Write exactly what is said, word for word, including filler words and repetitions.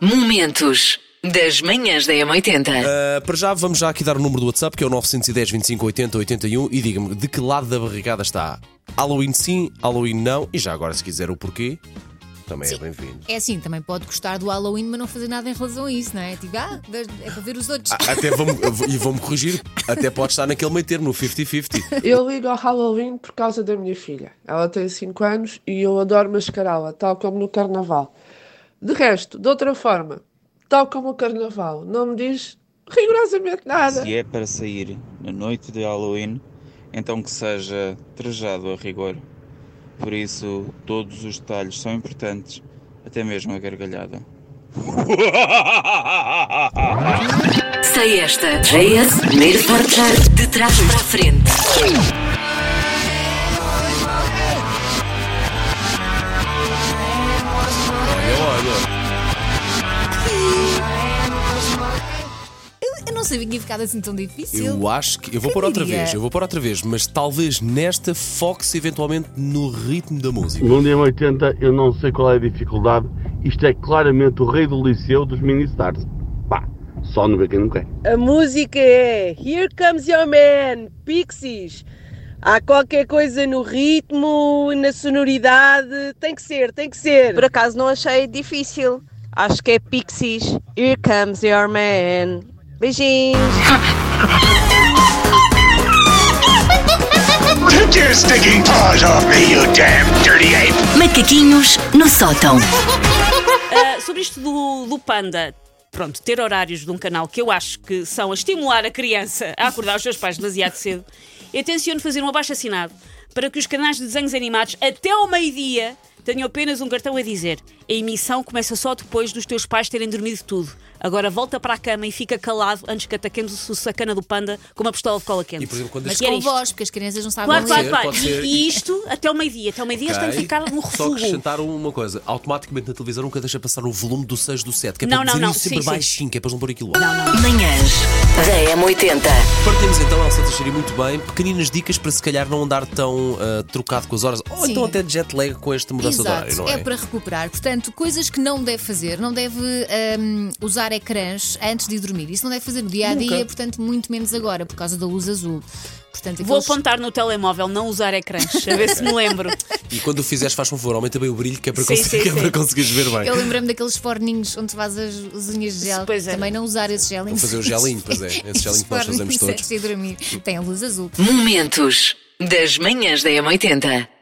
Momentos das manhãs da M oitenta. Uh, para já, vamos já aqui dar o número do WhatsApp, que é o nove um zero, vinte e cinco, oitenta, oitenta e um, e diga-me de que lado da barricada está. Halloween sim, Halloween não, e já agora se quiser o porquê, também sim. É bem-vindo. É assim, também pode gostar do Halloween, mas não fazer nada em relação a isso, não é? Tipo, ah, é para ver os outros. Ah, até vou-me, e vou-me corrigir, até pode estar naquele meio termo, no cinquenta cinquenta. Eu ligo ao Halloween por causa da minha filha. Ela tem cinco anos e eu adoro mascará-la, tal como no Carnaval. De resto, de outra forma, tal como o Carnaval, não me diz rigorosamente nada. Se é para sair na noite de Halloween, então que seja trajado a rigor. Por isso, todos os detalhes são importantes, até mesmo a gargalhada. Sei esta. J S, primeiro portar de trás para a frente. Eu não sabia que tinha ficado assim tão difícil. Eu acho que. Eu vou Quem pôr outra diria? vez, eu vou pôr outra vez, mas talvez nesta foque-se eventualmente no ritmo da música. No dia oitenta eu não sei qual é a dificuldade. Isto é claramente o rei do liceu dos mini-stars. Pá, só no quem não quer. A música é Here Comes Your Man, Pixies. Há qualquer coisa no ritmo, na sonoridade, tem que ser, tem que ser. Por acaso não achei difícil. Acho que é Pixies. Here Comes Your Man. Beijinhos. Take your stinking paws off me, you damn dirty ape! Macaquinhos no sótão. Uh, sobre isto do, do Panda, pronto, ter horários de um canal que eu acho que são a estimular a criança a acordar os seus pais demasiado cedo, eu tenciono fazer um abaixo-assinado para que os canais de desenhos animados até ao meio-dia tenham apenas um cartão a dizer: a emissão começa só depois dos teus pais terem dormido tudo. Agora volta para a cama e fica calado antes que ataquemos o sacana do Panda com uma pistola de cola quente. E, por exemplo, quando Mas este- com isto. voz, porque as crianças não sabem Claro, ler. claro, claro. pode ser. E, e isto até ao meio-dia. Até ao meio-dia eles têm que ficar no Só refugo. acrescentar uma coisa: automaticamente na televisão nunca deixa passar o volume do seis do sete, que é Não, para não, dizer não. isso sempre Sim, sim. baixinho, que é para não pôr aquilo alto. Não, não. Manhãs da M oitenta. Partimos então, Elsa Teixeira, muito bem, pequeninas dicas para se calhar não andar tão uh, trocado com as horas, ou Sim. então até de jet lag com esta mudança de Exato, horário, não é? é para recuperar. Portanto, coisas que não deve fazer. Não deve hum, usar ecrãs antes de dormir. Isso não deve fazer no dia a dia, Nunca. portanto, muito menos agora, por causa da luz azul. Portanto, Vou aqueles- apontar no telemóvel, não usar ecrãs, a ver se me lembro. E quando o fizeres, faz favor, aumenta bem o brilho, que é para, Sim, conseguir, sim, que é sim. para conseguires ver bem. Eu lembrei-me daqueles forninhos onde faz as, as unhas de gel. Pois é. Também não usar esses gelinhos. Vou fazer o gelinho, pois é, esse gelinho que nós fazemos todos. Antes de dormir. Tem a luz azul. Momentos das manhãs da M oitenta.